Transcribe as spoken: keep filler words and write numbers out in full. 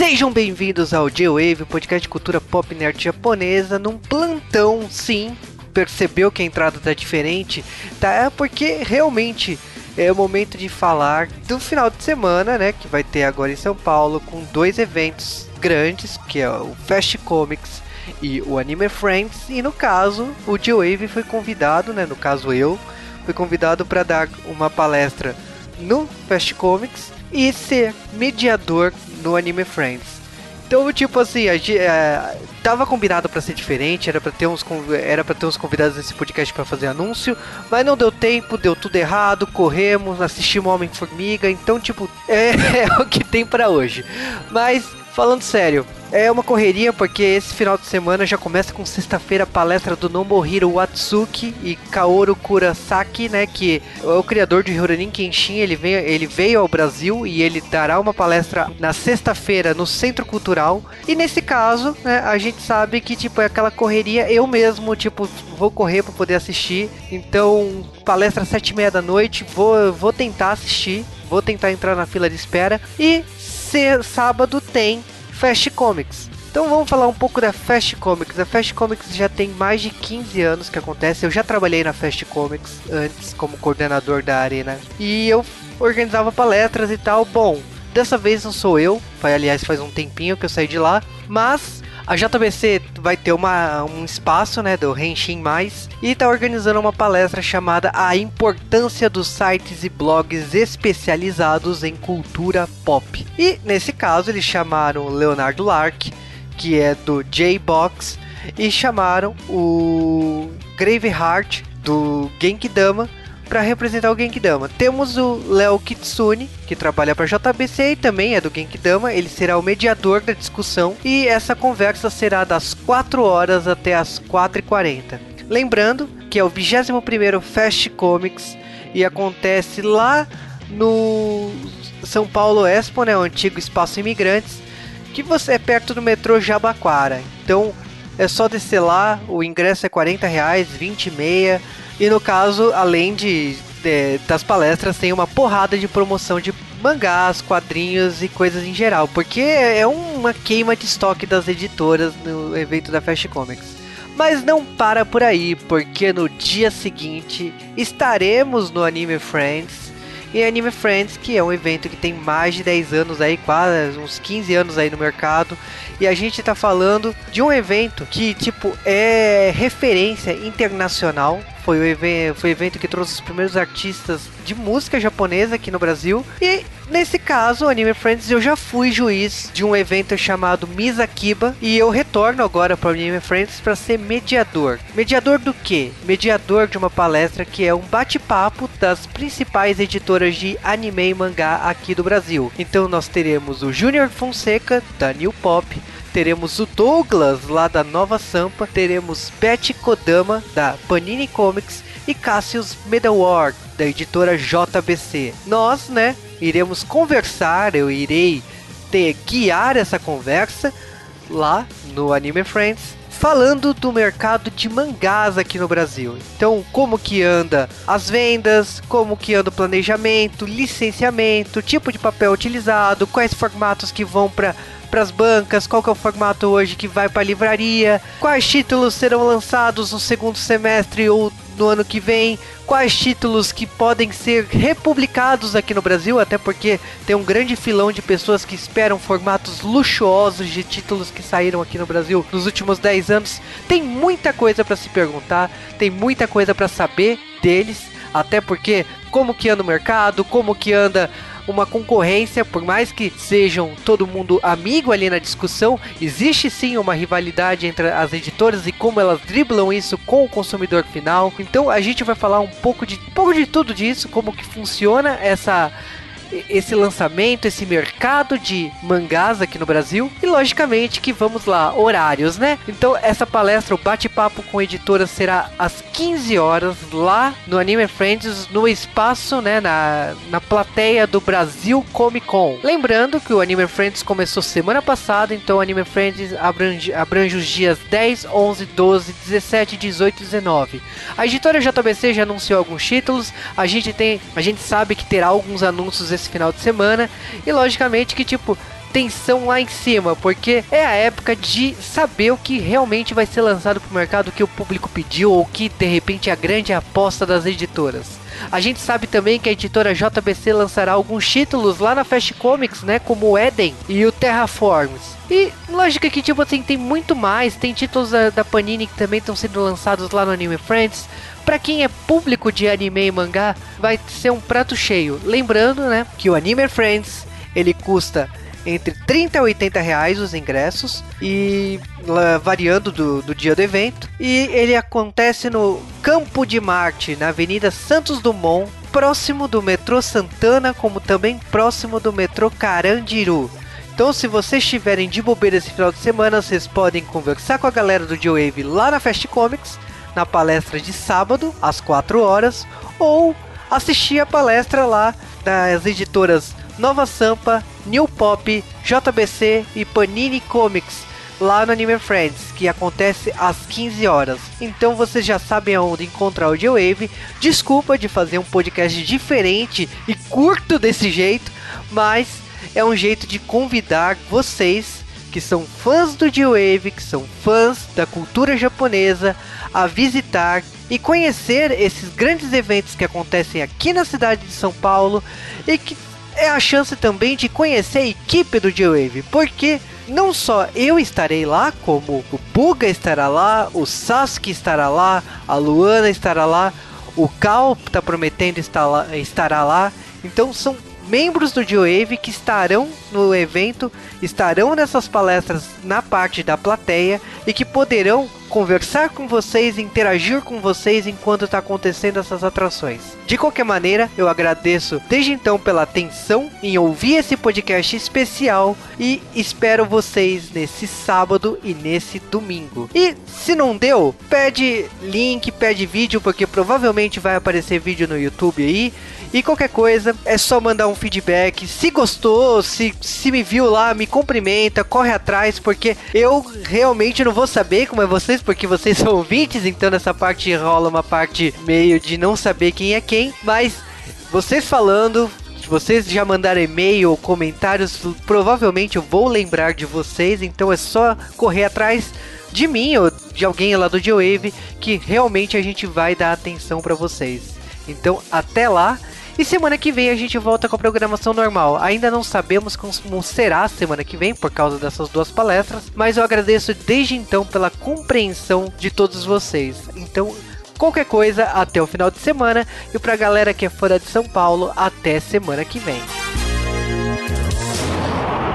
Sejam bem-vindos ao J-Wave, podcast de cultura pop nerd japonesa, num plantão, sim. Percebeu que a entrada tá diferente? Tá, é porque realmente é o momento de falar do final de semana, né, que vai ter agora em São Paulo, com dois eventos grandes, que é o Fast Comics e o Anime Friends, e no caso, o J-Wave foi convidado, né, no caso eu, fui convidado para dar uma palestra no Fast Comics e ser mediador no Anime Friends. Então, tipo assim, a gente, é, tava combinado pra ser diferente, era pra ter uns, era pra ter uns convidados nesse podcast pra fazer anúncio, mas não deu tempo, deu tudo errado, corremos, assistimos Homem-Formiga, então, tipo, é, é o que tem pra hoje. Mas, falando sério, é uma correria porque esse final de semana já começa com sexta-feira a palestra do Nobuhiro Watsuki e Kaoru Kurosaki, né, que é o criador de Rurouni Kenshin. Ele veio, ele veio ao Brasil e ele dará uma palestra na sexta-feira no Centro Cultural. E nesse caso, né, a gente sabe que tipo é aquela correria, eu mesmo tipo vou correr para poder assistir. Então, palestra às sete e meia da noite, vou, vou tentar assistir, vou tentar entrar na fila de espera. E se, sábado tem Fast Comics. Então vamos falar um pouco da Fast Comics. A Fast Comics já tem mais de quinze anos que acontece. Eu já trabalhei na Fast Comics antes como coordenador da arena e eu organizava palestras e tal. Bom, dessa vez não sou eu, foi, aliás faz um tempinho que eu saí de lá, mas a J B C vai ter uma, um espaço, né, do Henshin Mais, e está organizando uma palestra chamada A Importância dos Sites e Blogs Especializados em Cultura Pop. E nesse caso eles chamaram o Leonardo Lark, que é do J-Box, e chamaram o Graveheart do Genkidama para representar o Genkidama. Temos o Léo Kitsune, que trabalha para a J B C e também é do Genkidama. Ele será o mediador da discussão e essa conversa será das quatro horas até as quatro e quarenta. Lembrando que é o vigésimo primeiro Fast Comics e acontece lá no São Paulo Expo, né, o antigo Espaço Imigrantes, que você é perto do metrô Jabaquara. Então é só descer lá, o ingresso é quarenta reais, vinte e meia. E no caso, além de, de, das palestras, tem uma porrada de promoção de mangás, quadrinhos e coisas em geral. Porque é uma queima de estoque das editoras no evento da Fast Comics. Mas não para por aí, porque no dia seguinte estaremos no Anime Friends. E Anime Friends, que é um evento que tem mais de dez anos aí, quase uns quinze anos aí no mercado. E a gente tá falando de um evento que, tipo, é referência internacional. Foi o evento, foi o evento que trouxe os primeiros artistas de música japonesa aqui no Brasil. E nesse caso, Anime Friends, eu já fui juiz de um evento chamado Misakiba. E eu retorno agora para o Anime Friends para ser mediador. Mediador do quê? Mediador de uma palestra que é um bate-papo das principais editoras de anime e mangá aqui do Brasil. Então nós teremos o Júnior Fonseca, da New Pop. Teremos o Douglas, lá da Nova Sampa. Teremos Beth Kodama, da Panini Comics. E Cassius Medawar, da editora J B C. Nós, né, iremos conversar, eu irei ter, guiar essa conversa lá no Anime Friends, falando do mercado de mangás aqui no Brasil. Então, como que anda as vendas, como que anda o planejamento, licenciamento, tipo de papel utilizado, quais formatos que vão para para as bancas, qual que é o formato hoje que vai para a livraria, quais títulos serão lançados no segundo semestre ou no ano que vem, quais títulos que podem ser republicados aqui no Brasil, até porque tem um grande filão de pessoas que esperam formatos luxuosos de títulos que saíram aqui no Brasil nos últimos dez anos. Tem muita coisa para se perguntar, tem muita coisa para saber deles, até porque como que anda o mercado, como que anda uma concorrência, por mais que sejam todo mundo amigo ali na discussão, existe sim uma rivalidade entre as editoras e como elas driblam isso com o consumidor final. Então a gente vai falar um pouco de, um pouco de tudo disso, como que funciona essa esse lançamento, esse mercado de mangás aqui no Brasil. E logicamente que vamos lá, horários, né? Então essa palestra, o bate-papo com editora, será às quinze horas lá no Anime Friends, no espaço, né, na, na plateia do Brasil Comic Con. Lembrando que o Anime Friends começou semana passada, então o Anime Friends abrange, abrange os dias dez, onze, doze, dezessete, dezoito e dezenove. A editora J B C já anunciou alguns títulos, a gente tem, a gente sabe que terá alguns anúncios esse final de semana, e logicamente que tipo tensão lá em cima, porque é a época de saber o que realmente vai ser lançado pro mercado, o que o público pediu, ou que de repente é a grande aposta das editoras. A gente sabe também que a editora J B C lançará alguns títulos lá na Fast Comics, né, como o Eden e o Terraforms. E lógica que tipo assim, tem muito mais, tem títulos da, da Panini que também estão sendo lançados lá no Anime Friends. Pra quem é público de anime e mangá, vai ser um prato cheio. Lembrando, né, que o Anime Friends, ele custa entre trinta e oitenta reais os ingressos, e lá, variando do, do dia do evento. E ele acontece no Campo de Marte, na Avenida Santos Dumont, próximo do metrô Santana, como também próximo do metrô Carandiru. Então, se vocês estiverem de bobeira esse final de semana, vocês podem conversar com a galera do J-Wave lá na Fast Comics, na palestra de sábado, às quatro horas, ou assistir a palestra lá das editoras Nova Sampa, New Pop, J B C e Panini Comics, lá no Anime Friends, que acontece às quinze horas. Então vocês já sabem aonde encontrar o J-Wave. Desculpa de fazer um podcast diferente e curto desse jeito, mas é um jeito de convidar vocês que são fãs do J-Wave, que são fãs da cultura japonesa, a visitar e conhecer esses grandes eventos que acontecem aqui na cidade de São Paulo, e que é a chance também de conhecer a equipe do J-Wave, porque não só eu estarei lá, como o Puga estará lá, o Sasuke estará lá, a Luana estará lá, o Cal está prometendo estar lá, estará lá. Então são membros do J-Wave que estarão no evento, estarão nessas palestras na parte da plateia, e que poderão conversar com vocês, interagir com vocês enquanto está acontecendo essas atrações. De qualquer maneira, eu agradeço desde então pela atenção em ouvir esse podcast especial, e espero vocês nesse sábado e nesse domingo. E se não deu, pede link, pede vídeo, porque provavelmente vai aparecer vídeo no YouTube aí. E qualquer coisa, é só mandar um feedback. Se gostou, se, se me viu lá, me cumprimenta, corre atrás, porque eu realmente não vou saber como é vocês, porque vocês são ouvintes, então nessa parte rola uma parte meio de não saber quem é quem. Mas vocês falando, vocês já mandaram e-mail ou comentários, provavelmente eu vou lembrar de vocês, então é só correr atrás de mim ou de alguém lá do J-Wave, que realmente a gente vai dar atenção para vocês. Então até lá. E semana que vem a gente volta com a programação normal. Ainda não sabemos como será a semana que vem por causa dessas duas palestras, mas eu agradeço desde então pela compreensão de todos vocês. Então, qualquer coisa, até o final de semana. E pra galera que é fora de São Paulo, até semana que vem.